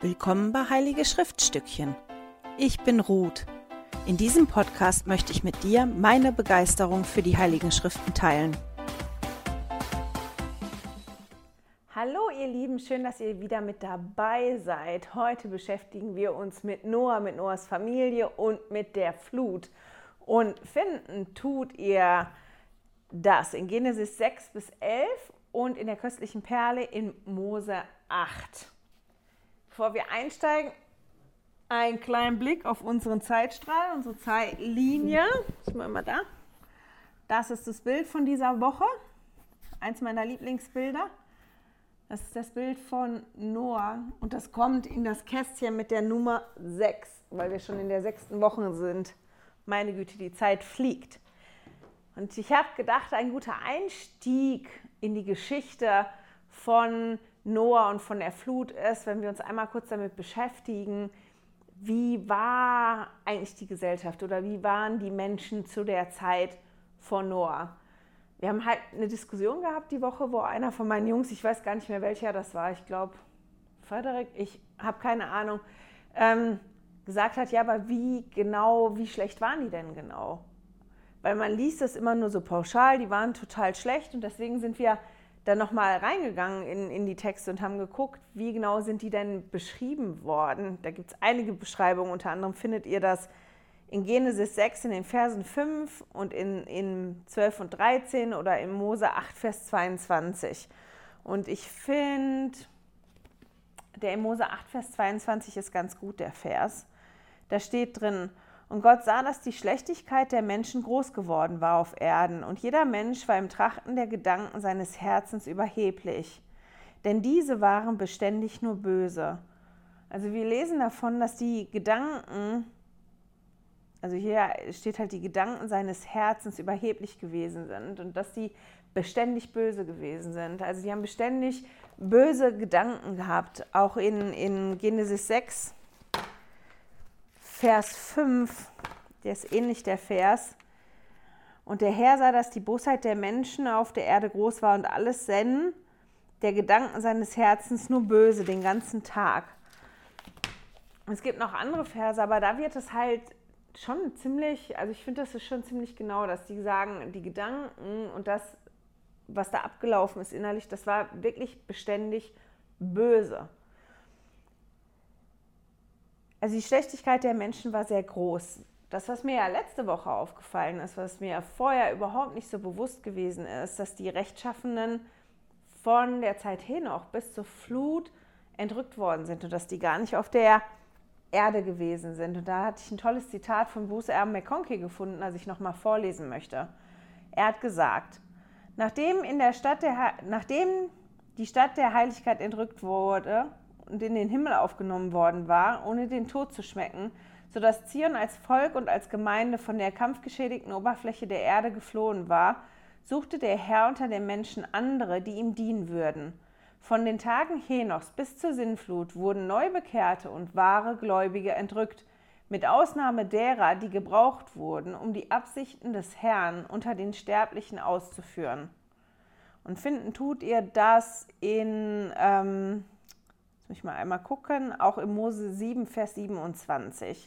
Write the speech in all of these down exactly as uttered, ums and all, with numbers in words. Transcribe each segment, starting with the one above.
Willkommen bei Heilige Schriftstückchen. Ich bin Ruth. In diesem Podcast möchte ich mit dir meine Begeisterung für die Heiligen Schriften teilen. Hallo ihr Lieben, schön, dass ihr wieder mit dabei seid. Heute beschäftigen wir uns mit Noah, mit Noahs Familie und mit der Flut. Und finden tut ihr das in Genesis sechs bis elf und in der köstlichen Perle in Mose acht. Bevor wir einsteigen, einen kleinen Blick auf unseren Zeitstrahl, unsere Zeitlinie. Ist mal immer da. Das ist das Bild von dieser Woche. Eins meiner Lieblingsbilder. Das ist das Bild von Noah und das kommt in das Kästchen mit der Nummer sechs, weil wir schon in der sechsten Woche sind. Meine Güte, die Zeit fliegt. Und ich habe gedacht, ein guter Einstieg in die Geschichte von Noah und von der Flut ist, wenn wir uns einmal kurz damit beschäftigen, wie war eigentlich die Gesellschaft oder wie waren die Menschen zu der Zeit von Noah? Wir haben halt eine Diskussion gehabt die Woche, wo einer von meinen Jungs, ich weiß gar nicht mehr welcher das war, ich glaube Frederik, ich habe keine Ahnung, ähm, gesagt hat, ja, aber wie genau, wie schlecht waren die denn genau? Weil man liest das immer nur so pauschal, die waren total schlecht und deswegen sind wir dann nochmal reingegangen in, in die Texte und haben geguckt, wie genau sind die denn beschrieben worden. Da gibt es einige Beschreibungen, unter anderem findet ihr das in Genesis sechs in den Versen fünf und in, in zwölf und dreizehn oder in Mose acht, Vers zweiundzwanzig. Und ich finde, der in Mose acht, Vers zweiundzwanzig ist ganz gut, der Vers. Da steht drin: Und Gott sah, dass die Schlechtigkeit der Menschen groß geworden war auf Erden, und jeder Mensch war im Trachten der Gedanken seines Herzens überheblich. Denn diese waren beständig nur böse. Also wir lesen davon, dass die Gedanken, also hier steht halt, die Gedanken seines Herzens überheblich gewesen sind und dass die beständig böse gewesen sind. Also die haben beständig böse Gedanken gehabt, auch in, in Genesis sechs. Vers fünf, der ist ähnlich der Vers. Und der Herr sah, dass die Bosheit der Menschen auf der Erde groß war und alles Sinn der Gedanken seines Herzens nur böse den ganzen Tag. Es gibt noch andere Verse, aber da wird es halt schon ziemlich, also ich finde, das ist schon ziemlich genau, dass die sagen, die Gedanken und das, was da abgelaufen ist innerlich, das war wirklich beständig böse. Also die Schlechtigkeit der Menschen war sehr groß. Das, was mir ja letzte Woche aufgefallen ist, was mir vorher überhaupt nicht so bewusst gewesen ist, dass die Rechtschaffenen von der Zeit Henoch bis zur Flut entrückt worden sind und dass die gar nicht auf der Erde gewesen sind. Und da hatte ich ein tolles Zitat von Bruce R. McConkie gefunden, das ich nochmal vorlesen möchte. Er hat gesagt: Nachdem, in der Stadt der, nachdem die Stadt der Heiligkeit entrückt wurde und in den Himmel aufgenommen worden war, ohne den Tod zu schmecken, sodass Zion als Volk und als Gemeinde von der kampfgeschädigten Oberfläche der Erde geflohen war, suchte der Herr unter den Menschen andere, die ihm dienen würden. Von den Tagen Henochs bis zur Sintflut wurden Neubekehrte und wahre Gläubige entrückt, mit Ausnahme derer, die gebraucht wurden, um die Absichten des Herrn unter den Sterblichen auszuführen. Und finden tut ihr das in, ähm, jetzt muss ich mal einmal gucken, auch in Mose sieben, Vers siebenundzwanzig.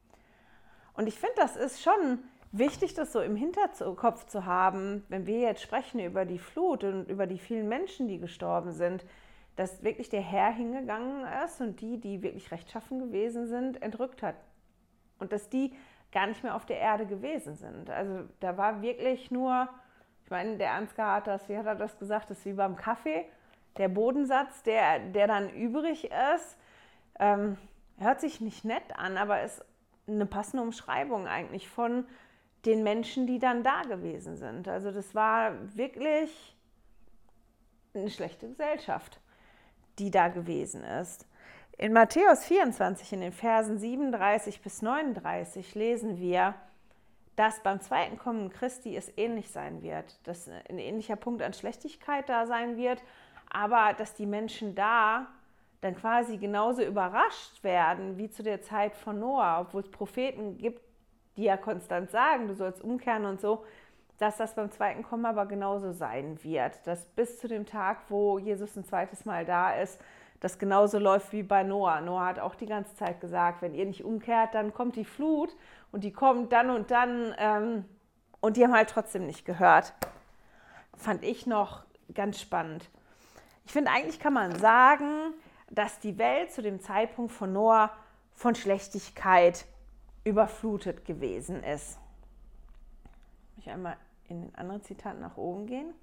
Und ich finde, das ist schon wichtig, das so im Hinterkopf zu haben, wenn wir jetzt sprechen über die Flut und über die vielen Menschen, die gestorben sind, dass wirklich der Herr hingegangen ist und die, die wirklich rechtschaffen gewesen sind, entrückt hat. Und dass die gar nicht mehr auf der Erde gewesen sind. Also da war wirklich nur, ich meine, der Ansgar hat das, wie hat er das gesagt, das ist wie beim Kaffee, der Bodensatz, der, der dann übrig ist, ähm, hört sich nicht nett an, aber ist eine passende Umschreibung eigentlich von den Menschen, die dann da gewesen sind. Also das war wirklich eine schlechte Gesellschaft, die da gewesen ist. In Matthäus vierundzwanzig, in den Versen siebenunddreißig bis neununddreißig, lesen wir, dass beim zweiten Kommen Christi es ähnlich sein wird, dass ein ähnlicher Punkt an Schlechtigkeit da sein wird, aber dass die Menschen da dann quasi genauso überrascht werden wie zu der Zeit von Noah, obwohl es Propheten gibt, die ja konstant sagen, du sollst umkehren und so, dass das beim zweiten Kommen aber genauso sein wird, dass bis zu dem Tag, wo Jesus ein zweites Mal da ist, das genauso läuft wie bei Noah. Noah hat auch die ganze Zeit gesagt, wenn ihr nicht umkehrt, dann kommt die Flut und die kommt dann und dann ähm, und die haben halt trotzdem nicht gehört. Fand ich noch ganz spannend. Ich finde, eigentlich kann man sagen, dass die Welt zu dem Zeitpunkt von Noah von Schlechtigkeit überflutet gewesen ist. Ich will einmal in den anderen Zitaten nach oben gehen.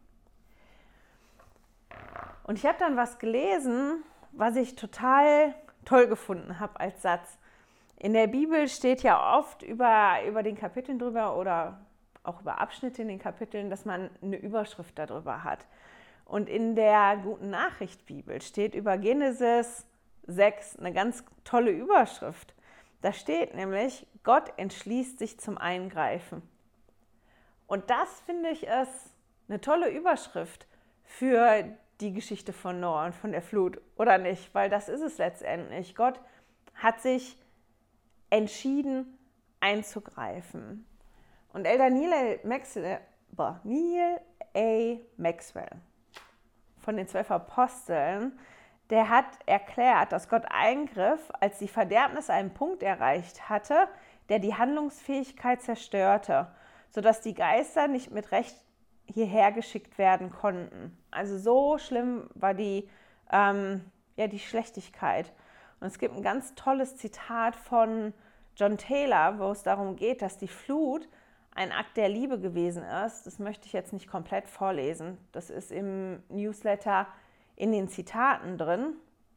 Und ich habe dann was gelesen, was ich total toll gefunden habe als Satz. In der Bibel steht ja oft über, über den Kapiteln drüber oder auch über Abschnitte in den Kapiteln, dass man eine Überschrift darüber hat. Und in der Guten Nachricht Bibel steht über Genesis sechs eine ganz tolle Überschrift. Da steht nämlich, Gott entschließt sich zum Eingreifen. Und das, finde ich, ist eine tolle Überschrift für die Geschichte von Noah und von der Flut, oder nicht? Weil das ist es letztendlich. Gott hat sich entschieden, einzugreifen. Und Elder Neil Maxwell, Neil A. Maxwell von den zwölf Aposteln, der hat erklärt, dass Gott eingriff, als die Verderbnis einen Punkt erreicht hatte, der die Handlungsfähigkeit zerstörte, sodass die Geister nicht mit Recht hierher geschickt werden konnten. Also so schlimm war die, ähm, ja, die Schlechtigkeit. Und es gibt ein ganz tolles Zitat von John Taylor, wo es darum geht, dass die Flut ein Akt der Liebe gewesen ist. Das möchte ich jetzt nicht komplett vorlesen. Das ist im Newsletter in den Zitaten drin.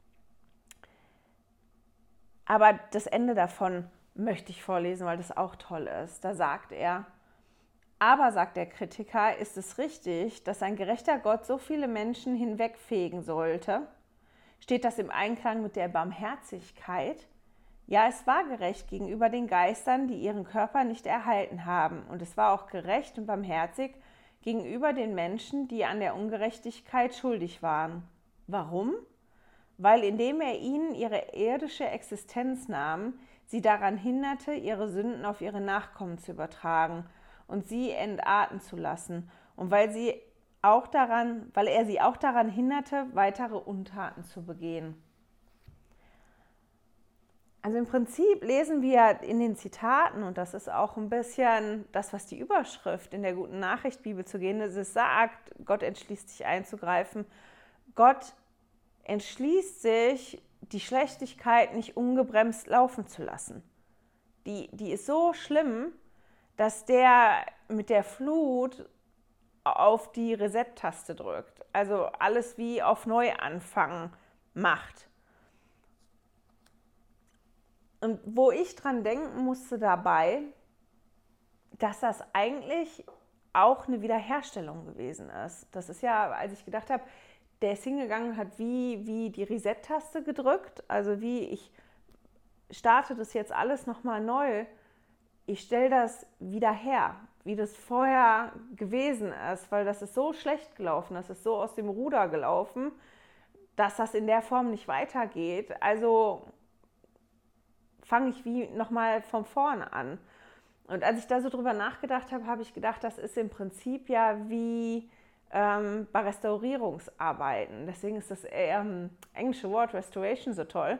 Aber das Ende davon möchte ich vorlesen, weil das auch toll ist. Da sagt er, aber, sagt der Kritiker, ist es richtig, dass ein gerechter Gott so viele Menschen hinwegfegen sollte? Steht das im Einklang mit der Barmherzigkeit? Ja, es war gerecht gegenüber den Geistern, die ihren Körper nicht erhalten haben. Und es war auch gerecht und barmherzig gegenüber den Menschen, die an der Ungerechtigkeit schuldig waren. Warum? Weil indem er ihnen ihre irdische Existenz nahm, sie daran hinderte, ihre Sünden auf ihre Nachkommen zu übertragen und sie entarten zu lassen. Und weil, sie auch daran, weil er sie auch daran hinderte, weitere Untaten zu begehen. Also im Prinzip lesen wir in den Zitaten, und das ist auch ein bisschen das, was die Überschrift in der Guten Nachricht Bibel zu Genesis sagt, Gott entschließt sich einzugreifen. Gott entschließt sich, die Schlechtigkeit nicht ungebremst laufen zu lassen. Die, die ist so schlimm, dass der mit der Flut auf die Reset-Taste drückt. Also alles wie auf Neuanfang macht. Und wo ich dran denken musste dabei, dass das eigentlich auch eine Wiederherstellung gewesen ist. Das ist ja, als ich gedacht habe, der ist hingegangen und hat wie, wie die Reset-Taste gedrückt. Also wie, ich starte das jetzt alles nochmal neu. Ich stelle das wieder her, wie das vorher gewesen ist, weil das ist so schlecht gelaufen, das ist so aus dem Ruder gelaufen, dass das in der Form nicht weitergeht. Also fange ich wie nochmal von vorne an. Und als ich da so drüber nachgedacht habe, habe ich gedacht, das ist im Prinzip ja wie ähm, bei Restaurierungsarbeiten. Deswegen ist das ähm, englische Wort Restoration so toll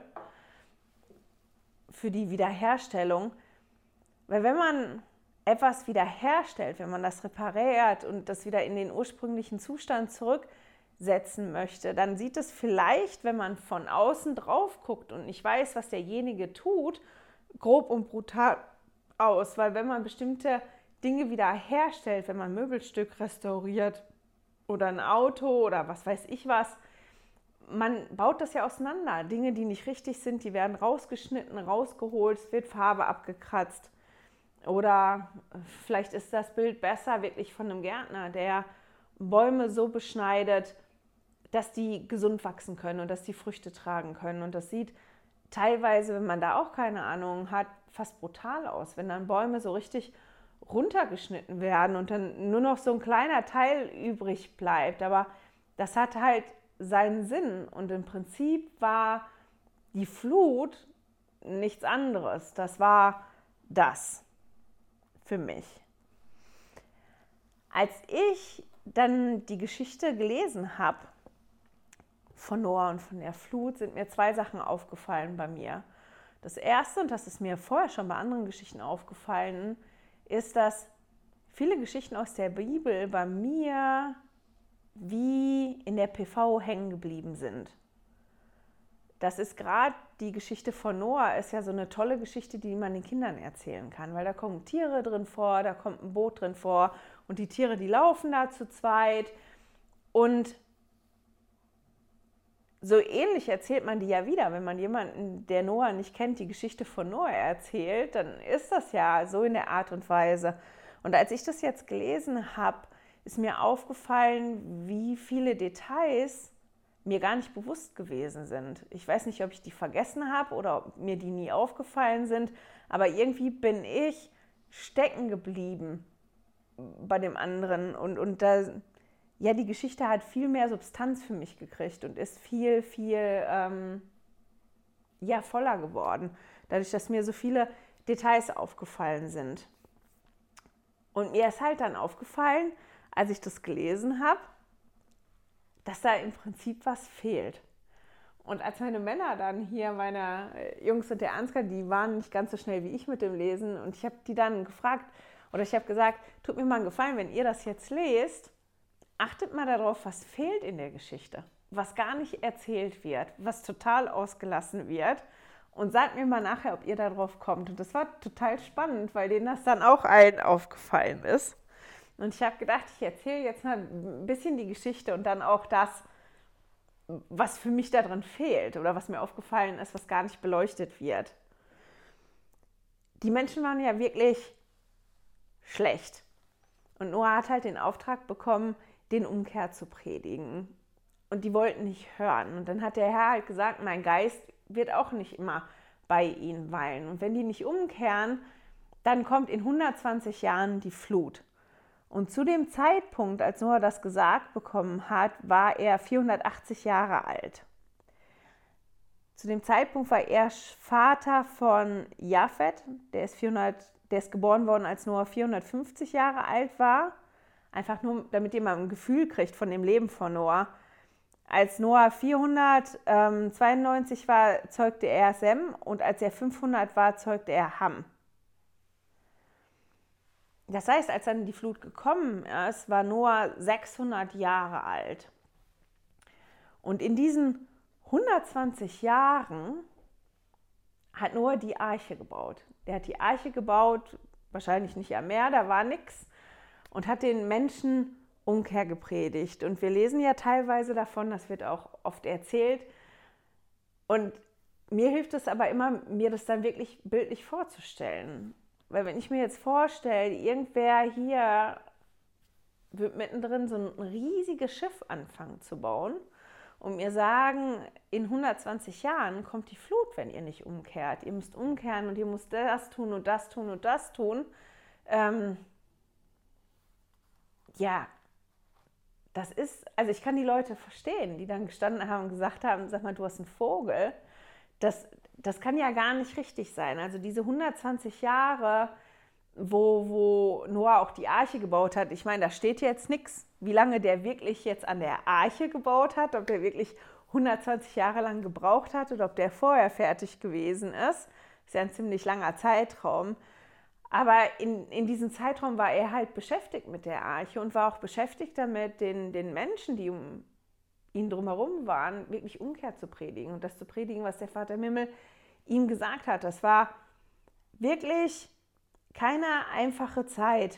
für die Wiederherstellung. Weil wenn man etwas wiederherstellt, wenn man das repariert und das wieder in den ursprünglichen Zustand zurücksetzen möchte, dann sieht es vielleicht, wenn man von außen drauf guckt und nicht weiß, was derjenige tut, grob und brutal aus. Weil wenn man bestimmte Dinge wiederherstellt, wenn man ein Möbelstück restauriert oder ein Auto oder was weiß ich was, man baut das ja auseinander. Dinge, die nicht richtig sind, die werden rausgeschnitten, rausgeholt, es wird Farbe abgekratzt. Oder vielleicht ist das Bild besser wirklich von einem Gärtner, der Bäume so beschneidet, dass die gesund wachsen können und dass die Früchte tragen können. Und das sieht teilweise, wenn man da auch keine Ahnung hat, fast brutal aus, wenn dann Bäume so richtig runtergeschnitten werden und dann nur noch so ein kleiner Teil übrig bleibt. Aber das hat halt seinen Sinn. Und im Prinzip war die Flut nichts anderes. Das war das. Für mich. Als ich dann die Geschichte gelesen habe von Noah und von der Flut sind mir zwei Sachen aufgefallen bei mir. Das erste, und das ist mir vorher schon bei anderen Geschichten aufgefallen, ist, dass viele Geschichten aus der Bibel bei mir wie in der P V hängen geblieben sind. Das ist gerade die Geschichte von Noah, ist ja so eine tolle Geschichte, die man den Kindern erzählen kann, weil da kommen Tiere drin vor, da kommt ein Boot drin vor und die Tiere, die laufen da zu zweit und so ähnlich erzählt man die ja wieder. Wenn man jemanden, der Noah nicht kennt, die Geschichte von Noah erzählt, dann ist das ja so in der Art und Weise. Und als ich das jetzt gelesen habe, ist mir aufgefallen, wie viele Details mir gar nicht bewusst gewesen sind. Ich weiß nicht, ob ich die vergessen habe oder ob mir die nie aufgefallen sind, aber irgendwie bin ich stecken geblieben bei dem anderen und, und da, ja, die Geschichte hat viel mehr Substanz für mich gekriegt und ist viel, viel ähm, ja, voller geworden, dadurch, dass mir so viele Details aufgefallen sind. Und mir ist halt dann aufgefallen, als ich das gelesen habe, dass da im Prinzip was fehlt. Und als meine Männer dann hier, meine Jungs und der Ansgar, die waren nicht ganz so schnell wie ich mit dem Lesen und ich habe die dann gefragt oder ich habe gesagt, tut mir mal einen Gefallen, wenn ihr das jetzt lest, achtet mal darauf, was fehlt in der Geschichte, was gar nicht erzählt wird, was total ausgelassen wird und sagt mir mal nachher, ob ihr darauf kommt. Und das war total spannend, weil denen das dann auch allen aufgefallen ist. Und ich habe gedacht, ich erzähle jetzt mal ein bisschen die Geschichte und dann auch das, was für mich da drin fehlt oder was mir aufgefallen ist, was gar nicht beleuchtet wird. Die Menschen waren ja wirklich schlecht. Und Noah hat halt den Auftrag bekommen, den Umkehr zu predigen. Und die wollten nicht hören. Und dann hat der Herr halt gesagt, mein Geist wird auch nicht immer bei ihnen weilen. Und wenn die nicht umkehren, dann kommt in hundertzwanzig Jahren die Flut. Und zu dem Zeitpunkt, als Noah das gesagt bekommen hat, war er vierhundertachtzig Jahre alt. Zu dem Zeitpunkt war er Vater von Japhet, der ist, vierhundert, der ist geboren worden, als Noah vierhundertfünfzig Jahre alt war. Einfach nur, damit ihr mal ein Gefühl kriegt von dem Leben von Noah. Als Noah vierhundertzweiundneunzig war, zeugte er Sem und als er fünfhundert war, zeugte er Ham. Das heißt, als dann die Flut gekommen ist, war Noah sechshundert Jahre alt. Und in diesen hundertzwanzig Jahren hat Noah die Arche gebaut. Der hat die Arche gebaut, wahrscheinlich nicht am Meer, da war nichts, und hat den Menschen Umkehr gepredigt. Und wir lesen ja teilweise davon, das wird auch oft erzählt. Und mir hilft es aber immer, mir das dann wirklich bildlich vorzustellen. Weil wenn ich mir jetzt vorstelle, irgendwer hier wird mittendrin so ein riesiges Schiff anfangen zu bauen und mir sagen, in hundertzwanzig Jahren kommt die Flut, wenn ihr nicht umkehrt. Ihr müsst umkehren und ihr müsst das tun und das tun und das tun. Ähm, ja, das ist, also ich kann die Leute verstehen, die dann gestanden haben und gesagt haben, sag mal, du hast einen Vogel. Das, das kann ja gar nicht richtig sein. Also diese hundertzwanzig Jahre, wo, wo Noah auch die Arche gebaut hat, ich meine, da steht jetzt nichts, wie lange der wirklich jetzt an der Arche gebaut hat, ob der wirklich hundertzwanzig Jahre lang gebraucht hat oder ob der vorher fertig gewesen ist. Das ist ja ein ziemlich langer Zeitraum. Aber in, in diesem Zeitraum war er halt beschäftigt mit der Arche und war auch beschäftigt damit, den, den Menschen, die um ihn drumherum waren, wirklich Umkehr zu predigen und das zu predigen, was der Vater im Himmel ihm gesagt hat. Das war wirklich keine einfache Zeit.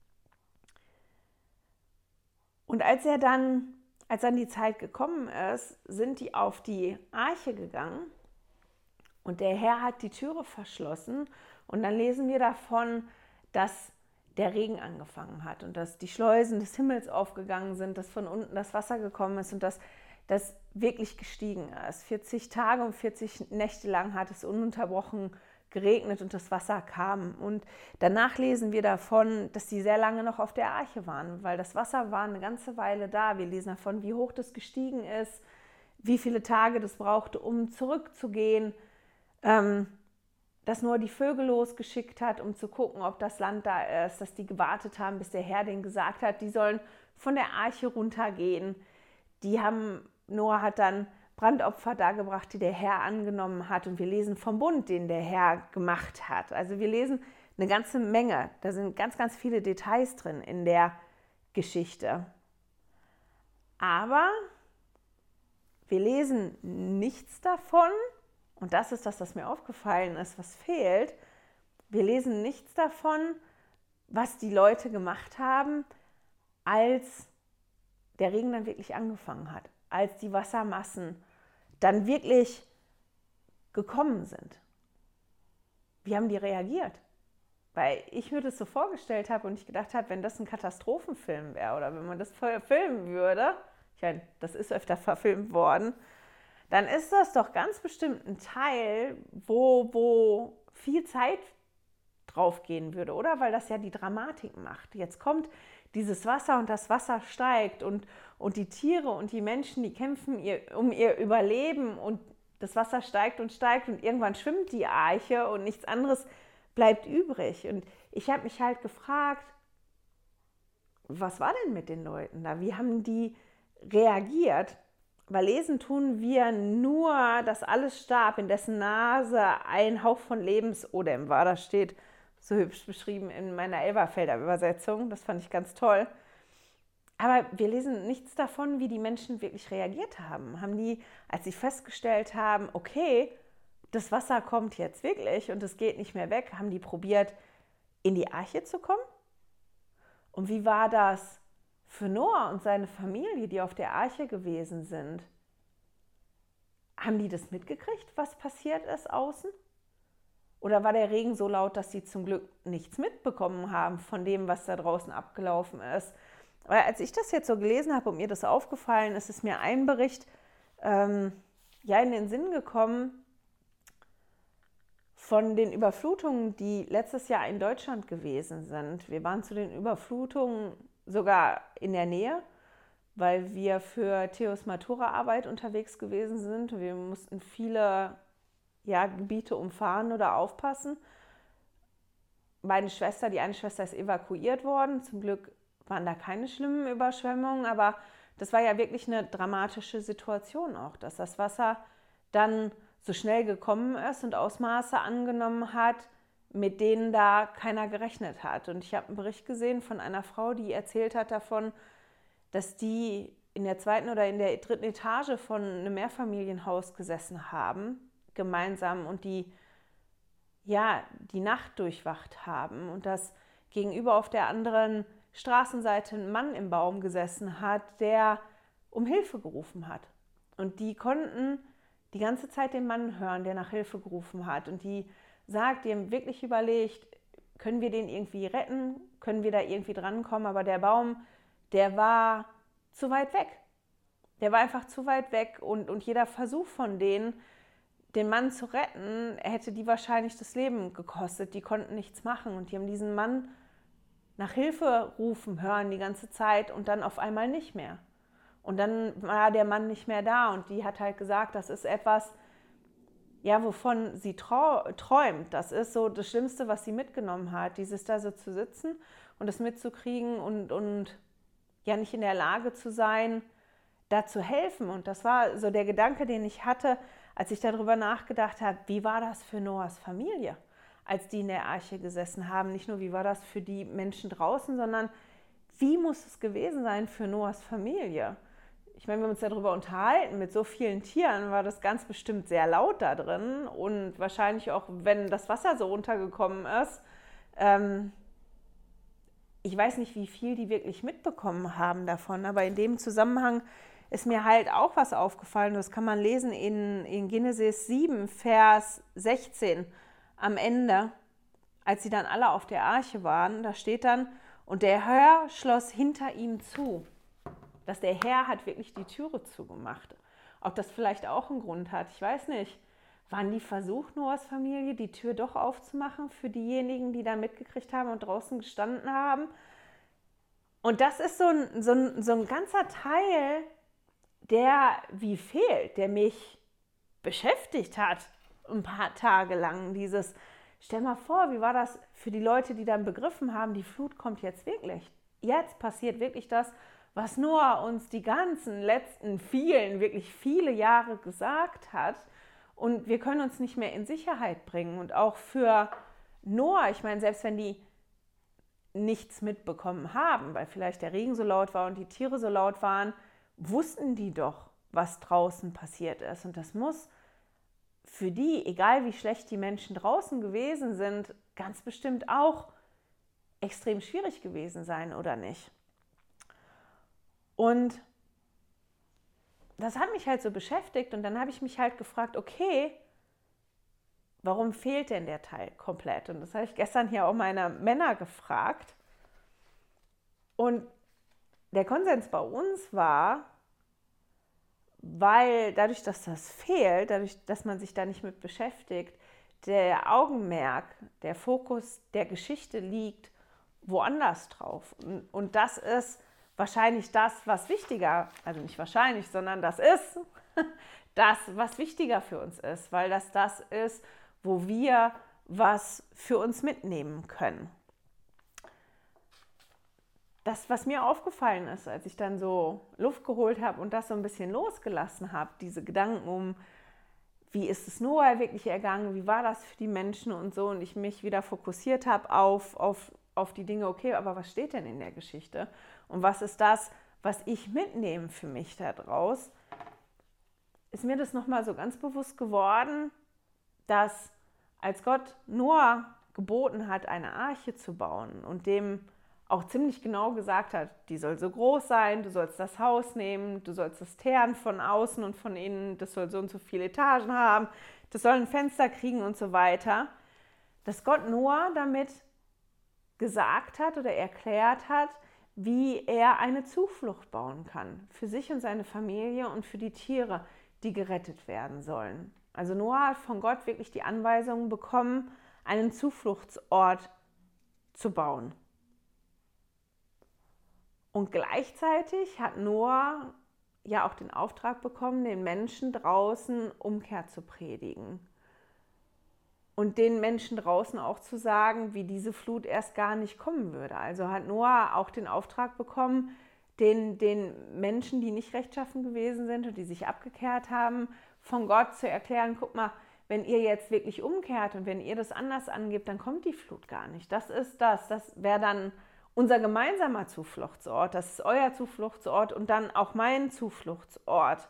Und als er dann, als dann die Zeit gekommen ist, sind die auf die Arche gegangen und der Herr hat die Türe verschlossen und dann lesen wir davon, dass der Regen angefangen hat und dass die Schleusen des Himmels aufgegangen sind, dass von unten das Wasser gekommen ist und dass das wirklich gestiegen ist. vierzig Tage und vierzig Nächte lang hat es ununterbrochen geregnet und das Wasser kam. Und danach lesen wir davon, dass sie sehr lange noch auf der Arche waren, weil das Wasser war eine ganze Weile da. Wir lesen davon, wie hoch das gestiegen ist, wie viele Tage das brauchte, um zurückzugehen, ähm, dass Noah die Vögel losgeschickt hat, um zu gucken, ob das Land da ist, dass die gewartet haben, bis der Herr denen gesagt hat, die sollen von der Arche runtergehen. Die haben, Noah hat dann Brandopfer dargebracht, die der Herr angenommen hat. Und wir lesen vom Bund, den der Herr gemacht hat. Also wir lesen eine ganze Menge. Da sind ganz, ganz viele Details drin in der Geschichte. Aber wir lesen nichts davon, und das ist das, was mir aufgefallen ist, was fehlt. Wir lesen nichts davon, was die Leute gemacht haben, als der Regen dann wirklich angefangen hat, als die Wassermassen dann wirklich gekommen sind. Wie haben die reagiert? Weil ich mir das so vorgestellt habe und ich gedacht habe, wenn das ein Katastrophenfilm wäre oder wenn man das filmen würde, ich meine, das ist öfter verfilmt worden, dann ist das doch ganz bestimmt ein Teil, wo, wo viel Zeit drauf gehen würde, oder? Weil das ja die Dramatik macht. Jetzt kommt dieses Wasser und das Wasser steigt und, und die Tiere und die Menschen, die kämpfen ihr, um ihr Überleben und das Wasser steigt und steigt und irgendwann schwimmt die Arche und nichts anderes bleibt übrig. Und ich habe mich halt gefragt, was war denn mit den Leuten da? Wie haben die reagiert? Weil lesen tun wir nur, dass alles starb, in dessen Nase ein Hauch von Lebensodem war. Das steht so hübsch beschrieben in meiner Elberfelder Übersetzung. Das fand ich ganz toll. Aber wir lesen nichts davon, wie die Menschen wirklich reagiert haben. Haben die, als sie festgestellt haben, okay, das Wasser kommt jetzt wirklich und es geht nicht mehr weg, haben die probiert, in die Arche zu kommen? Und wie war das für Noah und seine Familie, die auf der Arche gewesen sind? Haben die das mitgekriegt, was passiert ist außen? Oder war der Regen so laut, dass sie zum Glück nichts mitbekommen haben von dem, was da draußen abgelaufen ist? Weil als ich das jetzt so gelesen habe und mir das aufgefallen ist, ist mir ein Bericht ähm, ja in den Sinn gekommen von den Überflutungen, die letztes Jahr in Deutschland gewesen sind. Wir waren zu den Überflutungen sogar in der Nähe, weil wir für Theos Matura-Arbeit unterwegs gewesen sind. Wir mussten viele ja, Gebiete umfahren oder aufpassen. Meine Schwester, die eine Schwester ist evakuiert worden. Zum Glück waren da keine schlimmen Überschwemmungen, aber das war ja wirklich eine dramatische Situation auch, dass das Wasser dann so schnell gekommen ist und Ausmaße angenommen hat, mit denen da keiner gerechnet hat. Und ich habe einen Bericht gesehen von einer Frau, die erzählt hat davon, dass die in der zweiten oder in der dritten Etage von einem Mehrfamilienhaus gesessen haben, gemeinsam, und die ja die Nacht durchwacht haben und dass gegenüber auf der anderen Straßenseite ein Mann im Baum gesessen hat, der um Hilfe gerufen hat. Und die konnten die ganze Zeit den Mann hören, der nach Hilfe gerufen hat. Und die sagt, die haben wirklich überlegt, können wir den irgendwie retten? Können wir da irgendwie drankommen? Aber der Baum, der war zu weit weg. Der war einfach zu weit weg. Und, und jeder Versuch von denen, den Mann zu retten, hätte die wahrscheinlich das Leben gekostet. Die konnten nichts machen. Und die haben diesen Mann nach Hilfe rufen hören die ganze Zeit und dann auf einmal nicht mehr. Und dann war der Mann nicht mehr da und die hat halt gesagt, das ist etwas, ja, wovon sie trau- träumt. Das ist so das Schlimmste, was sie mitgenommen hat, dieses da so zu sitzen und das mitzukriegen und, und ja nicht in der Lage zu sein, da zu helfen. Und das war so der Gedanke, den ich hatte, als ich darüber nachgedacht habe, wie war das für Noahs Familie, als die in der Arche gesessen haben. Nicht nur, wie war das für die Menschen draußen, sondern wie muss es gewesen sein für Noahs Familie? Ich meine, wir haben uns darüber unterhalten, mit so vielen Tieren war das ganz bestimmt sehr laut da drin und wahrscheinlich auch, wenn das Wasser so runtergekommen ist. Ähm, ich weiß nicht, wie viel die wirklich mitbekommen haben davon, aber in dem Zusammenhang ist mir halt auch was aufgefallen. Das kann man lesen in, in Genesis sieben, Vers sechzehn am Ende, als sie dann alle auf der Arche waren. Da steht dann, und der Herr schloss hinter ihm zu. Dass der Herr hat wirklich die Türe zugemacht. Ob das vielleicht auch einen Grund hat, ich weiß nicht. Waren die versucht, Noahs Familie die Tür doch aufzumachen für diejenigen, die da mitgekriegt haben und draußen gestanden haben? Und das ist so ein, so ein, so ein ganzer Teil, der wie fehlt, der mich beschäftigt hat ein paar Tage lang. Dieses, stell mal vor, wie war das für die Leute, die dann begriffen haben, die Flut kommt jetzt wirklich. Jetzt passiert wirklich das, was Noah uns die ganzen letzten vielen, wirklich viele Jahre gesagt hat. Und wir können uns nicht mehr in Sicherheit bringen. Und auch für Noah, ich meine, selbst wenn die nichts mitbekommen haben, weil vielleicht der Regen so laut war und die Tiere so laut waren, wussten die doch, was draußen passiert ist. Und das muss für die, egal wie schlecht die Menschen draußen gewesen sind, ganz bestimmt auch extrem schwierig gewesen sein, oder nicht? Und das hat mich halt so beschäftigt und dann habe ich mich halt gefragt, okay, warum fehlt denn der Teil komplett? Und das habe ich gestern hier auch meine Männer gefragt. Und der Konsens bei uns war, weil dadurch, dass das fehlt, dadurch, dass man sich da nicht mit beschäftigt, der Augenmerk, der Fokus der Geschichte liegt woanders drauf. Und, und das ist wahrscheinlich das, was wichtiger, also nicht wahrscheinlich, sondern das ist das, was wichtiger für uns ist, weil das das ist, wo wir was für uns mitnehmen können. Das, was mir aufgefallen ist, als ich dann so Luft geholt habe und das so ein bisschen losgelassen habe, diese Gedanken um, wie ist es Noah wirklich ergangen, wie war das für die Menschen und so, und ich mich wieder fokussiert habe auf, auf, auf die Dinge, okay, aber was steht denn in der Geschichte? Und was ist das, was ich mitnehme für mich daraus? Ist mir das nochmal so ganz bewusst geworden, dass als Gott Noah geboten hat, eine Arche zu bauen und dem auch ziemlich genau gesagt hat, die soll so groß sein, du sollst das Haus nehmen, du sollst das Teeren von außen und von innen, das soll so und so viele Etagen haben, das soll ein Fenster kriegen und so weiter, dass Gott Noah damit gesagt hat oder erklärt hat, wie er eine Zuflucht bauen kann für sich und seine Familie und für die Tiere, die gerettet werden sollen. Also Noah hat von Gott wirklich die Anweisung bekommen, einen Zufluchtsort zu bauen. Und gleichzeitig hat Noah ja auch den Auftrag bekommen, den Menschen draußen Umkehr zu predigen. Und den Menschen draußen auch zu sagen, wie diese Flut erst gar nicht kommen würde. Also hat Noah auch den Auftrag bekommen, den, den Menschen, die nicht rechtschaffen gewesen sind und die sich abgekehrt haben, von Gott zu erklären, guck mal, wenn ihr jetzt wirklich umkehrt und wenn ihr das anders angebt, dann kommt die Flut gar nicht. Das ist das, das wäre dann unser gemeinsamer Zufluchtsort, das ist euer Zufluchtsort und dann auch mein Zufluchtsort.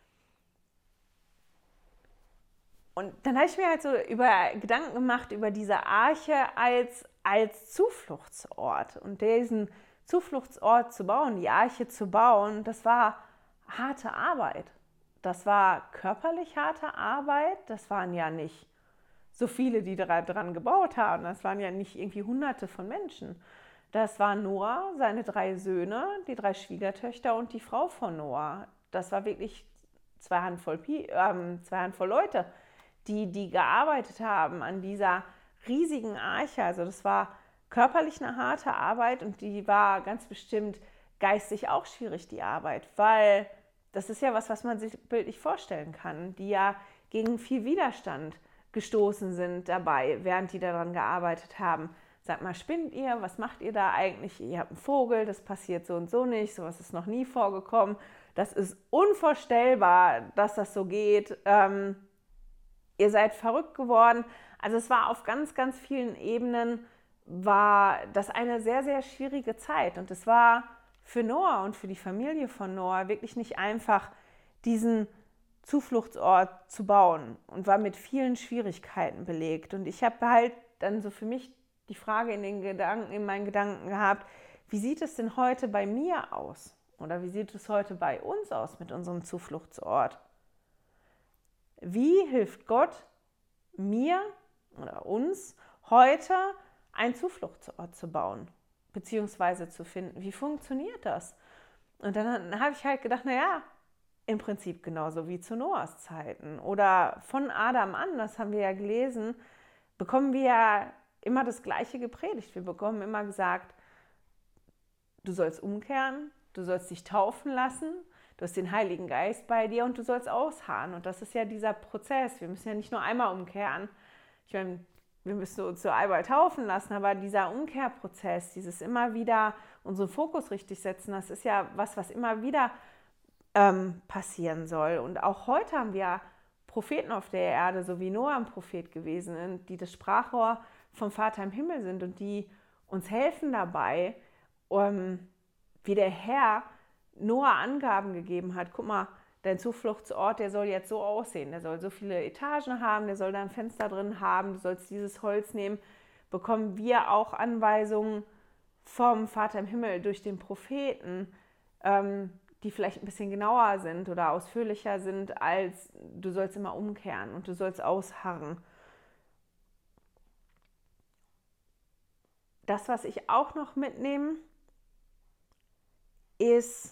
Und dann habe ich mir halt so über Gedanken gemacht über diese Arche als, als Zufluchtsort. Und diesen Zufluchtsort zu bauen, die Arche zu bauen, das war harte Arbeit. Das war körperlich harte Arbeit. Das waren ja nicht so viele, die daran gebaut haben. Das waren ja nicht irgendwie Hunderte von Menschen. Das war Noah, seine drei Söhne, die drei Schwiegertöchter und die Frau von Noah. Das war wirklich zwei Handvoll, äh, zwei Handvoll Leute, die, die gearbeitet haben an dieser riesigen Arche. Also das war körperlich eine harte Arbeit und die war ganz bestimmt geistig auch schwierig, die Arbeit, weil das ist ja was, was man sich bildlich vorstellen kann, die ja gegen viel Widerstand gestoßen sind dabei, während die daran gearbeitet haben. Sagt mal, spinnt ihr? Was macht ihr da eigentlich? Ihr habt einen Vogel, das passiert so und so nicht, sowas ist noch nie vorgekommen. Das ist unvorstellbar, dass das so geht. Ähm, ihr seid verrückt geworden. Also es war auf ganz, ganz vielen Ebenen, war das eine sehr, sehr schwierige Zeit. Und es war für Noah und für die Familie von Noah wirklich nicht einfach, diesen Zufluchtsort zu bauen und war mit vielen Schwierigkeiten belegt. Und ich habe halt dann so für mich die Frage in den Gedanken, in meinen Gedanken gehabt, wie sieht es denn heute bei mir aus? Oder wie sieht es heute bei uns aus mit unserem Zufluchtsort? Wie hilft Gott mir oder uns heute, einen Zufluchtsort zu bauen, beziehungsweise zu finden? Wie funktioniert das? Und dann habe ich halt gedacht, naja, im Prinzip genauso wie zu Noahs Zeiten. Oder von Adam an, das haben wir ja gelesen, bekommen wir ja immer das Gleiche gepredigt. Wir bekommen immer gesagt, du sollst umkehren, du sollst dich taufen lassen, du hast den Heiligen Geist bei dir und du sollst ausharren. Und das ist ja dieser Prozess. Wir müssen ja nicht nur einmal umkehren. Ich meine, wir müssen uns so allbald taufen lassen, aber dieser Umkehrprozess, dieses immer wieder unseren Fokus richtig setzen, das ist ja was, was immer wieder ähm, passieren soll. Und auch heute haben wir Propheten auf der Erde, so wie Noah ein Prophet gewesen ist, die das Sprachrohr vom Vater im Himmel sind und die uns helfen dabei, um, wie der Herr Noah Angaben gegeben hat. Guck mal, dein Zufluchtsort, der soll jetzt so aussehen, der soll so viele Etagen haben, der soll da ein Fenster drin haben, du sollst dieses Holz nehmen. Bekommen wir auch Anweisungen vom Vater im Himmel durch den Propheten, ähm, die vielleicht ein bisschen genauer sind oder ausführlicher sind, als du sollst immer umkehren und du sollst ausharren. Das, was ich auch noch mitnehme, ist,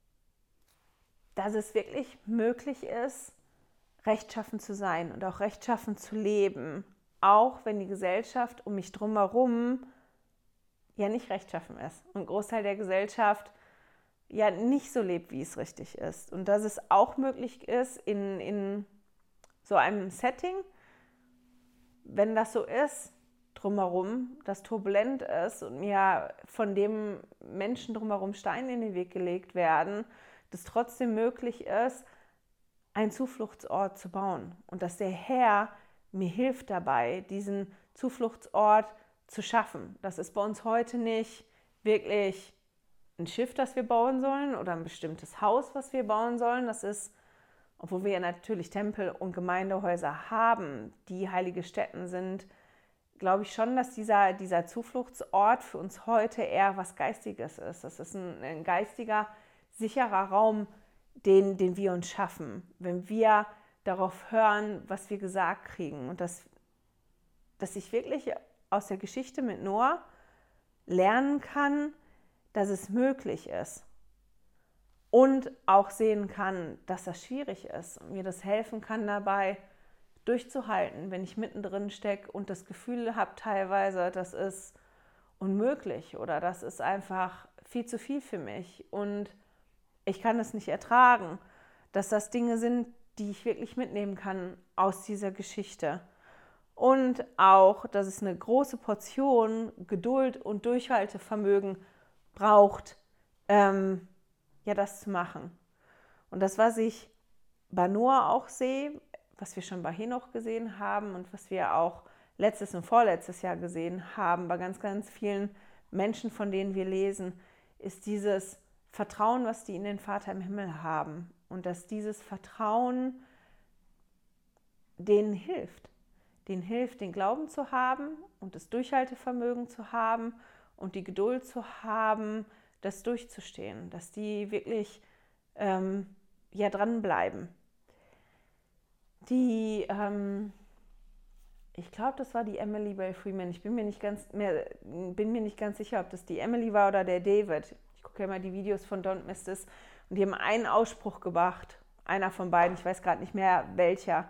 dass es wirklich möglich ist, rechtschaffen zu sein und auch rechtschaffen zu leben, auch wenn die Gesellschaft um mich drumherum ja nicht rechtschaffen ist und ein Großteil der Gesellschaft ja nicht so lebt, wie es richtig ist. Und dass es auch möglich ist, in, in so einem Setting, wenn das so ist, drumherum, das turbulent ist und mir von dem Menschen drumherum Steine in den Weg gelegt werden, dass trotzdem möglich ist, einen Zufluchtsort zu bauen und dass der Herr mir hilft dabei, diesen Zufluchtsort zu schaffen. Das ist bei uns heute nicht wirklich ein Schiff, das wir bauen sollen oder ein bestimmtes Haus, was wir bauen sollen. Das ist, obwohl wir ja natürlich Tempel und Gemeindehäuser haben, die heilige Stätten sind, glaube ich schon, dass dieser, dieser Zufluchtsort für uns heute eher was Geistiges ist. Das ist ein, ein geistiger, sicherer Raum, den, den wir uns schaffen, wenn wir darauf hören, was wir gesagt kriegen. Und dass, dass ich wirklich aus der Geschichte mit Noah lernen kann, dass es möglich ist. Und auch sehen kann, dass das schwierig ist und mir das helfen kann dabei, durchzuhalten, wenn ich mittendrin stecke und das Gefühl habe teilweise, das ist unmöglich oder das ist einfach viel zu viel für mich und ich kann es nicht ertragen, dass das Dinge sind, die ich wirklich mitnehmen kann aus dieser Geschichte. Und auch, dass es eine große Portion Geduld und Durchhaltevermögen braucht, ähm, ja, das zu machen. Und das, was ich bei Noah auch sehe, was wir schon bei Henoch gesehen haben und was wir auch letztes und vorletztes Jahr gesehen haben, bei ganz, ganz vielen Menschen, von denen wir lesen, ist dieses Vertrauen, was die in den Vater im Himmel haben. Und dass dieses Vertrauen denen hilft. Denen hilft, den Glauben zu haben und das Durchhaltevermögen zu haben und die Geduld zu haben, das durchzustehen. Dass die wirklich ähm, ja, dranbleiben. Die, ähm, ich glaube, das war die Emily Bell Freeman. Ich bin mir nicht ganz mehr, bin mir nicht ganz sicher, ob das die Emily war oder der David. Ich gucke ja mal die Videos von Don't Miss This und die haben einen Ausspruch gebracht. Einer von beiden, ich weiß gerade nicht mehr welcher.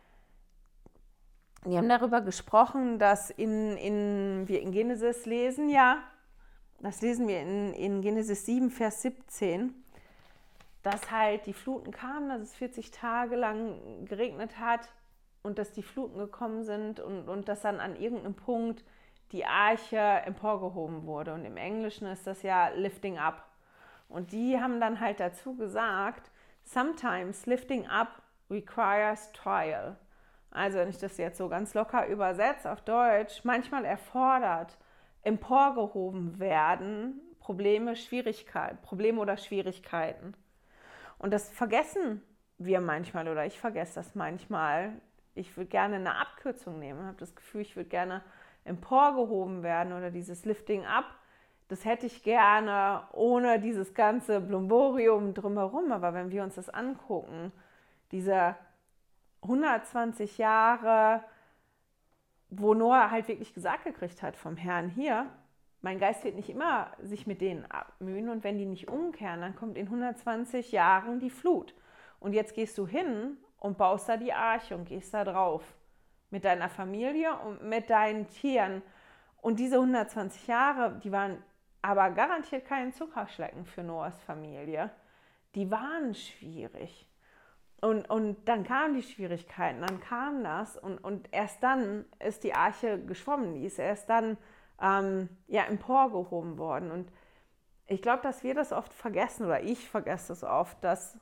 Die haben darüber gesprochen, dass in, in, wir in Genesis lesen, ja, das lesen wir in, in Genesis sieben, Vers siebzehn, dass halt die Fluten kamen, dass es vierzig Tage lang geregnet hat und dass die Fluten gekommen sind und, und dass dann an irgendeinem Punkt die Arche emporgehoben wurde. Und im Englischen ist das ja lifting up. Und die haben dann halt dazu gesagt, sometimes lifting up requires trial. Also wenn ich das jetzt so ganz locker übersetze auf Deutsch, manchmal erfordert emporgehoben werden Probleme, Schwierigkeiten, Probleme oder Schwierigkeiten. Und das vergessen wir manchmal oder ich vergesse das manchmal. Ich würde gerne eine Abkürzung nehmen, habe das Gefühl, ich würde gerne emporgehoben werden oder dieses Lifting up. Das hätte ich gerne ohne dieses ganze Blomborium drumherum. Aber wenn wir uns das angucken, diese hundertzwanzig Jahre, wo Noah halt wirklich gesagt gekriegt hat vom Herrn, hier, mein Geist wird nicht immer sich mit denen abmühen und wenn die nicht umkehren, dann kommt in hundertzwanzig Jahren die Flut. Und jetzt gehst du hin und baust da die Arche und gehst da drauf mit deiner Familie und mit deinen Tieren. Und diese hundertzwanzig Jahre, die waren aber garantiert kein Zuckerschlecken für Noahs Familie. Die waren schwierig. Und, und dann kamen die Schwierigkeiten, dann kam das und, und erst dann ist die Arche geschwommen, die ist erst dann ähm, ja, emporgehoben worden. Und ich glaube, dass wir das oft vergessen, oder ich vergesse es oft, dass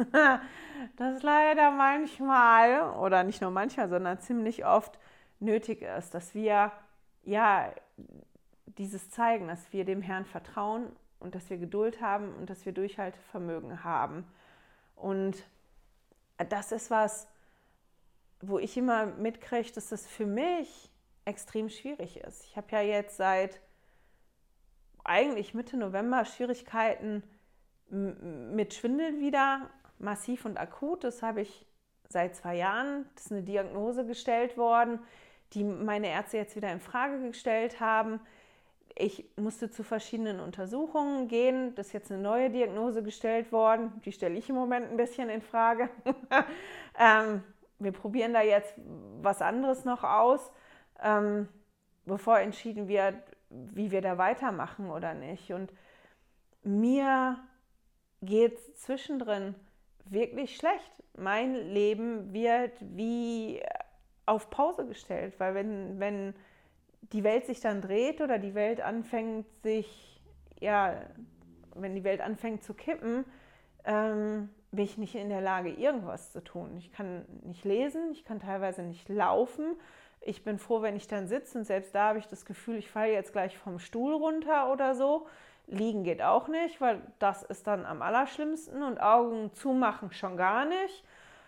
das leider manchmal, oder nicht nur manchmal, sondern ziemlich oft nötig ist, dass wir ja dieses zeigen, dass wir dem Herrn vertrauen und dass wir Geduld haben und dass wir Durchhaltevermögen haben. Und das ist was, wo ich immer mitkriege, dass das für mich extrem schwierig ist. Ich habe ja jetzt seit eigentlich Mitte November Schwierigkeiten mit Schwindel wieder, massiv und akut. Das habe ich seit zwei Jahren. Das ist eine Diagnose gestellt worden, die meine Ärzte jetzt wieder in Frage gestellt haben. Ich musste zu verschiedenen Untersuchungen gehen. Das ist jetzt eine neue Diagnose gestellt worden. Die stelle ich im Moment ein bisschen in Frage. ähm, wir probieren da jetzt was anderes noch aus, ähm, bevor entschieden wird, wie wir da weitermachen oder nicht. Und mir geht es zwischendrin wirklich schlecht. Mein Leben wird wie auf Pause gestellt, weil wenn, wenn die Welt sich dann dreht oder die Welt anfängt sich, ja, wenn die Welt anfängt zu kippen, ähm, bin ich nicht in der Lage, irgendwas zu tun. Ich kann nicht lesen, ich kann teilweise nicht laufen. Ich bin froh, wenn ich dann sitze und selbst da habe ich das Gefühl, ich falle jetzt gleich vom Stuhl runter oder so. Liegen geht auch nicht, weil das ist dann am allerschlimmsten und Augen zumachen schon gar nicht.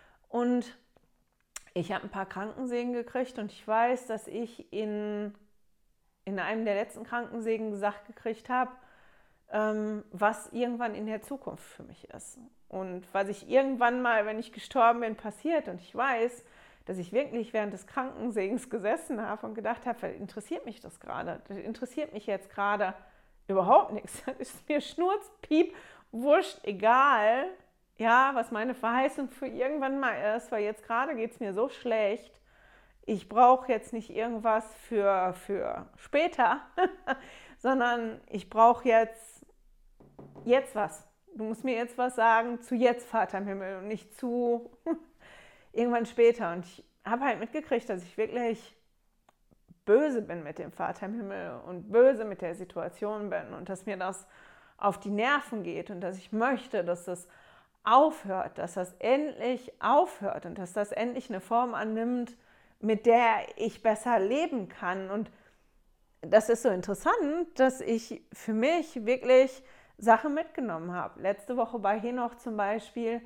Und ich habe ein paar Krankensägen gekriegt und ich weiß, dass ich in, in einem der letzten Krankensägen gesagt gekriegt habe, ähm, was irgendwann in der Zukunft für mich ist. Und was ich irgendwann mal, wenn ich gestorben bin, passiert. Und ich weiß, dass ich wirklich während des Krankensägens gesessen habe und gedacht habe, interessiert mich das gerade? Das interessiert mich jetzt gerade überhaupt nichts. Das ist mir schnurzpiep, wurscht, egal, ja, was meine Verheißung für irgendwann mal ist, weil jetzt gerade geht es mir so schlecht. Ich brauche jetzt nicht irgendwas für, für später, sondern ich brauche jetzt, jetzt was. Du musst mir jetzt was sagen zu jetzt, Vater im Himmel, und nicht zu irgendwann später. Und ich habe halt mitgekriegt, dass ich wirklich böse bin mit dem Vater im Himmel und böse mit der Situation bin und dass mir das auf die Nerven geht und dass ich möchte, dass das aufhört, dass das endlich aufhört und dass das endlich eine Form annimmt, mit der ich besser leben kann. Und das ist so interessant, dass ich für mich wirklich Sachen mitgenommen habe. Letzte Woche bei Henoch zum Beispiel,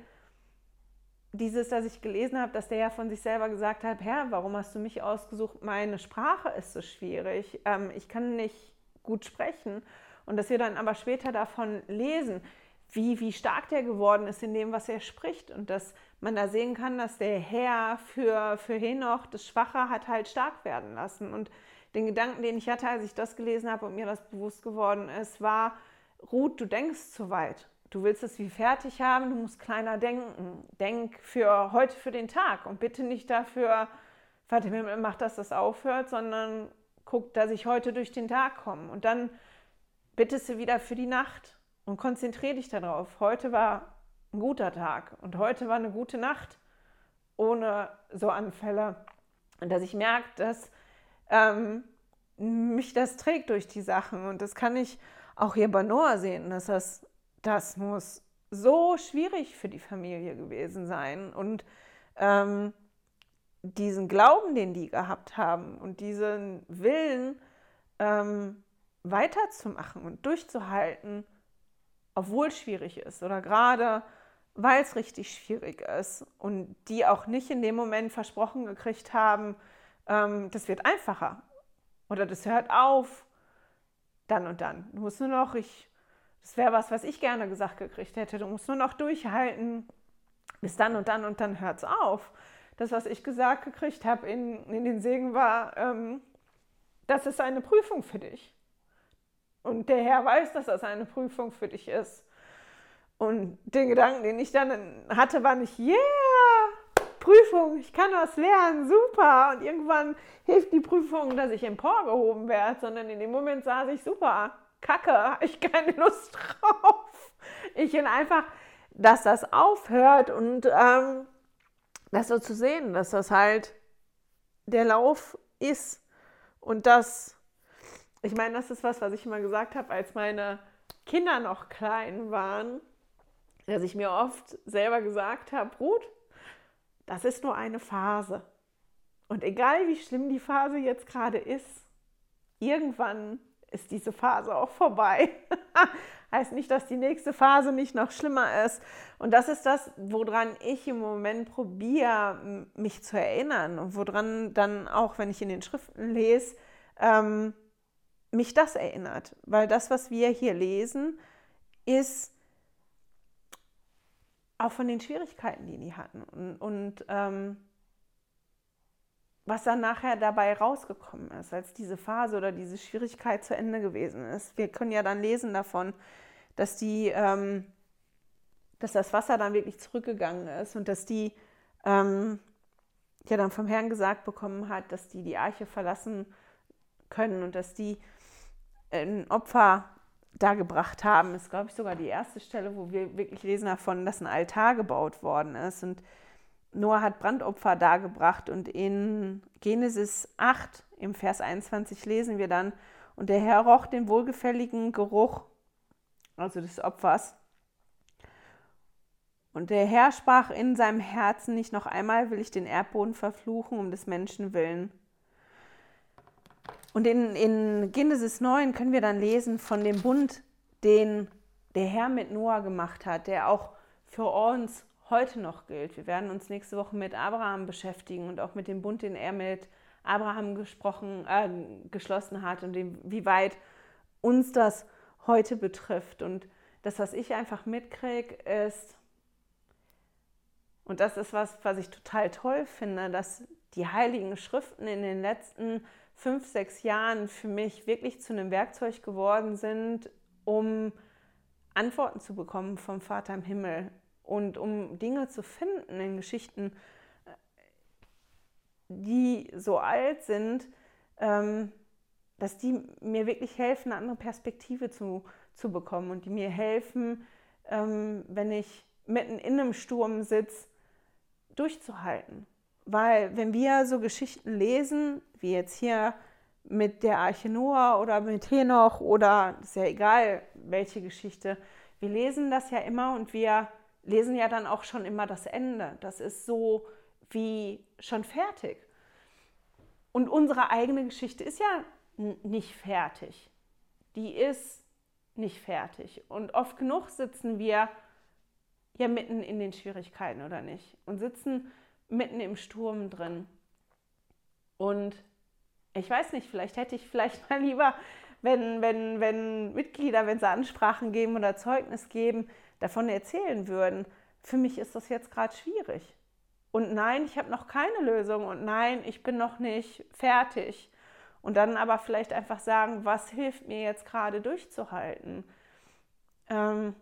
dieses, dass ich gelesen habe, dass der ja von sich selber gesagt hat, Herr, warum hast du mich ausgesucht? Meine Sprache ist so schwierig. Ähm, ich kann nicht gut sprechen. Und dass wir dann aber später davon lesen, wie, wie stark der geworden ist in dem, was er spricht. Und dass man da sehen kann, dass der Herr für, für Henoch das Schwache hat halt stark werden lassen. Und den Gedanken, den ich hatte, als ich das gelesen habe und mir das bewusst geworden ist, war, Ruth, du denkst zu weit. Du willst es wie fertig haben, du musst kleiner denken. Denk für heute, für den Tag und bitte nicht dafür, Vater im Himmel, mach, dass das aufhört, sondern guck, dass ich heute durch den Tag komme. Und dann bittest du wieder für die Nacht und konzentriere dich darauf. Heute war ein guter Tag und heute war eine gute Nacht ohne so Anfälle. Und dass ich merke, dass ähm, mich das trägt durch die Sachen. Und das kann ich auch hier bei Noah sehen, dass das Das muss so schwierig für die Familie gewesen sein. Und ähm, diesen Glauben, den die gehabt haben und diesen Willen ähm, weiterzumachen und durchzuhalten, obwohl es schwierig ist oder gerade weil es richtig schwierig ist und die auch nicht in dem Moment versprochen gekriegt haben, ähm, das wird einfacher oder das hört auf, dann und dann. Du musst nur noch, ich Das wäre was, was ich gerne gesagt gekriegt hätte. Du musst nur noch durchhalten, bis dann und dann und dann hört es auf. Das, was ich gesagt gekriegt habe in, in den Segen war, ähm, das ist eine Prüfung für dich. Und der Herr weiß, dass das eine Prüfung für dich ist. Und den Gedanken, den ich dann hatte, war nicht, yeah, Prüfung, ich kann was lernen, super. Und irgendwann hilft die Prüfung, dass ich emporgehoben werde, sondern in dem Moment saß ich, super, Kacke, habe ich keine Lust drauf. Ich will einfach, dass das aufhört und ähm, das so zu sehen, dass das halt der Lauf ist und das, ich meine, das ist was, was ich immer gesagt habe, als meine Kinder noch klein waren, dass ich mir oft selber gesagt habe, Ruth, das ist nur eine Phase. Und egal wie schlimm die Phase jetzt gerade ist, irgendwann ist diese Phase auch vorbei. Heißt nicht, dass die nächste Phase nicht noch schlimmer ist. Und das ist das, woran ich im Moment probiere, mich zu erinnern. Und woran dann auch, wenn ich in den Schriften lese, ähm, mich das erinnert. Weil das, was wir hier lesen, ist auch von den Schwierigkeiten, die die hatten. Und, und ähm, was dann nachher dabei rausgekommen ist, als diese Phase oder diese Schwierigkeit zu Ende gewesen ist. Wir können ja dann lesen davon, dass, die, ähm, dass das Wasser dann wirklich zurückgegangen ist und dass die ähm, ja dann vom Herrn gesagt bekommen hat, dass die die Arche verlassen können und dass die ein Opfer dargebracht haben. Das ist, glaube ich, sogar die erste Stelle, wo wir wirklich lesen davon, dass ein Altar gebaut worden ist. Und Noah hat Brandopfer dargebracht und in Genesis acht, im Vers einundzwanzig lesen wir dann, und der Herr roch den wohlgefälligen Geruch, also des Opfers. Und der Herr sprach in seinem Herzen, nicht noch einmal will ich den Erdboden verfluchen, um des Menschen willen. Und in, in Genesis neun können wir dann lesen von dem Bund, den der Herr mit Noah gemacht hat, der auch für uns heute noch gilt. Wir werden uns nächste Woche mit Abraham beschäftigen und auch mit dem Bund, den er mit Abraham gesprochen, äh, geschlossen hat und dem, wie weit uns das heute betrifft. Und das, was ich einfach mitkriege, ist, und das ist was, was ich total toll finde, dass die Heiligen Schriften in den letzten fünf, sechs Jahren für mich wirklich zu einem Werkzeug geworden sind, um Antworten zu bekommen vom Vater im Himmel und um Dinge zu finden in Geschichten, die so alt sind, dass die mir wirklich helfen, eine andere Perspektive zu, zu bekommen und die mir helfen, wenn ich mitten in einem Sturm sitze, durchzuhalten. Weil wenn wir so Geschichten lesen, wie jetzt hier mit der Arche Noah oder mit Henoch oder ist ja egal, welche Geschichte, wir lesen das ja immer und wir lesen ja dann auch schon immer das Ende. Das ist so wie schon fertig. Und unsere eigene Geschichte ist ja n- nicht fertig. Die ist nicht fertig. Und oft genug sitzen wir ja mitten in den Schwierigkeiten, oder nicht? Und sitzen mitten im Sturm drin. Und ich weiß nicht, vielleicht hätte ich vielleicht mal lieber, wenn, wenn, wenn Mitglieder, wenn sie Ansprachen geben oder Zeugnis geben, davon erzählen würden, für mich ist das jetzt gerade schwierig. Und nein, ich habe noch keine Lösung und nein, ich bin noch nicht fertig. Und dann aber vielleicht einfach sagen, was hilft mir jetzt gerade durchzuhalten? Ähm,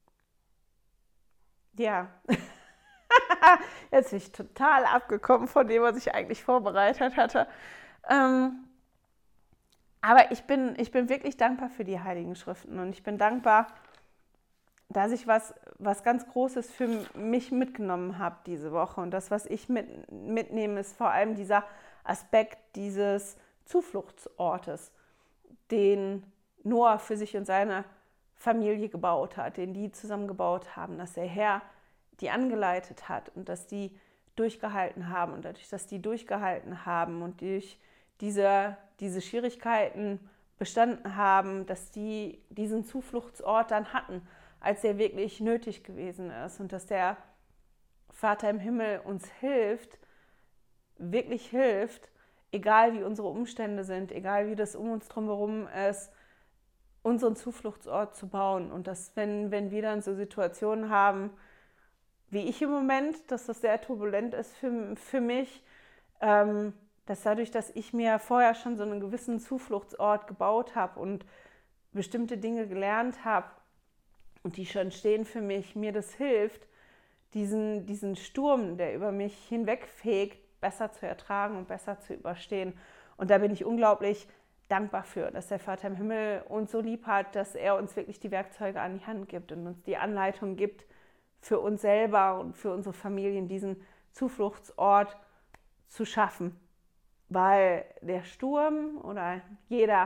ja, jetzt bin ich total abgekommen von dem, was ich eigentlich vorbereitet hatte. Ähm, aber ich bin, ich bin wirklich dankbar für die Heiligen Schriften und ich bin dankbar, dass ich was, was ganz Großes für mich mitgenommen habe diese Woche. Und das, was ich mit, mitnehme, ist vor allem dieser Aspekt dieses Zufluchtsortes, den Noah für sich und seine Familie gebaut hat, den die zusammen gebaut haben, dass der Herr die angeleitet hat und dass die durchgehalten haben. Und dadurch, dass die durchgehalten haben und durch diese, diese Schwierigkeiten bestanden haben, dass die diesen Zufluchtsort dann hatten, als er wirklich nötig gewesen ist. Und dass der Vater im Himmel uns hilft, wirklich hilft, egal wie unsere Umstände sind, egal wie das um uns drumherum ist, unseren Zufluchtsort zu bauen. Und dass, wenn, wenn wir dann so Situationen haben, wie ich im Moment, dass das sehr turbulent ist für, für mich, ähm, dass dadurch, dass ich mir vorher schon so einen gewissen Zufluchtsort gebaut habe und bestimmte Dinge gelernt habe und die schon stehen für mich, mir das hilft, diesen, diesen Sturm, der über mich hinwegfegt, besser zu ertragen und besser zu überstehen. Und da bin ich unglaublich dankbar für, dass der Vater im Himmel uns so lieb hat, dass er uns wirklich die Werkzeuge an die Hand gibt und uns die Anleitung gibt, für uns selber und für unsere Familien diesen Zufluchtsort zu schaffen. Weil der Sturm oder jeder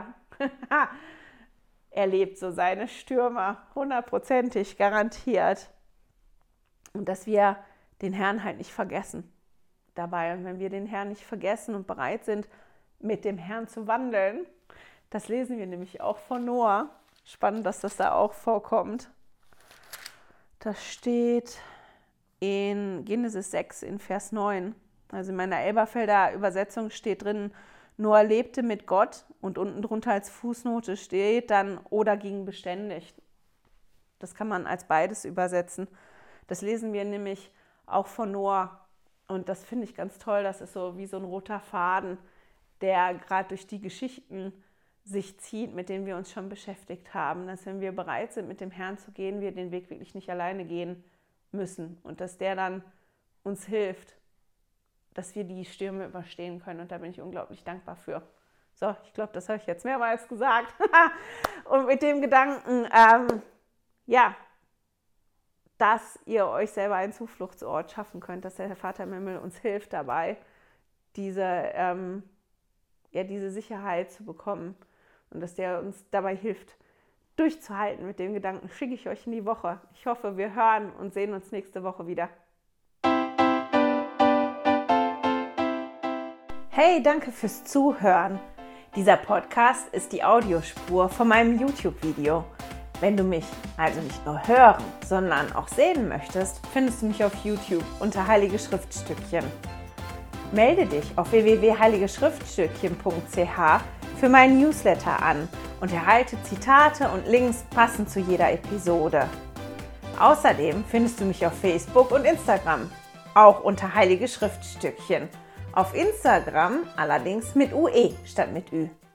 erlebt so seine Stürme, hundertprozentig garantiert. Und dass wir den Herrn halt nicht vergessen dabei. Und wenn wir den Herrn nicht vergessen und bereit sind, mit dem Herrn zu wandeln, das lesen wir nämlich auch von Noah. Spannend, dass das da auch vorkommt. Das steht in Genesis sechs in Vers neun. Also in meiner Elberfelder Übersetzung steht drin, Noah lebte mit Gott und unten drunter als Fußnote steht dann oder ging beständig. Das kann man als beides übersetzen. Das lesen wir nämlich auch von Noah und das finde ich ganz toll. Das ist so wie so ein roter Faden, der gerade durch die Geschichten sich zieht, mit denen wir uns schon beschäftigt haben. Dass wenn wir bereit sind, mit dem Herrn zu gehen, wir den Weg wirklich nicht alleine gehen müssen und dass der dann uns hilft, dass wir die Stürme überstehen können. Und da bin ich unglaublich dankbar für. So, ich glaube, das habe ich jetzt mehrmals gesagt. Und mit dem Gedanken, ähm, ja, dass ihr euch selber einen Zufluchtsort schaffen könnt, dass der Vater im Himmel uns hilft dabei, diese, ähm, ja, diese Sicherheit zu bekommen und dass der uns dabei hilft, durchzuhalten. Mit dem Gedanken schicke ich euch in die Woche. Ich hoffe, wir hören und sehen uns nächste Woche wieder. Hey, danke fürs Zuhören. Dieser Podcast ist die Audiospur von meinem YouTube-Video. Wenn du mich also nicht nur hören, sondern auch sehen möchtest, findest du mich auf YouTube unter Heilige Schriftstückchen. Melde dich auf w w w punkt heilige schriftstückchen punkt c h für meinen Newsletter an und erhalte Zitate und Links passend zu jeder Episode. Außerdem findest du mich auf Facebook und Instagram, auch unter Heilige Schriftstückchen. Auf Instagram allerdings mit U E statt mit Ü.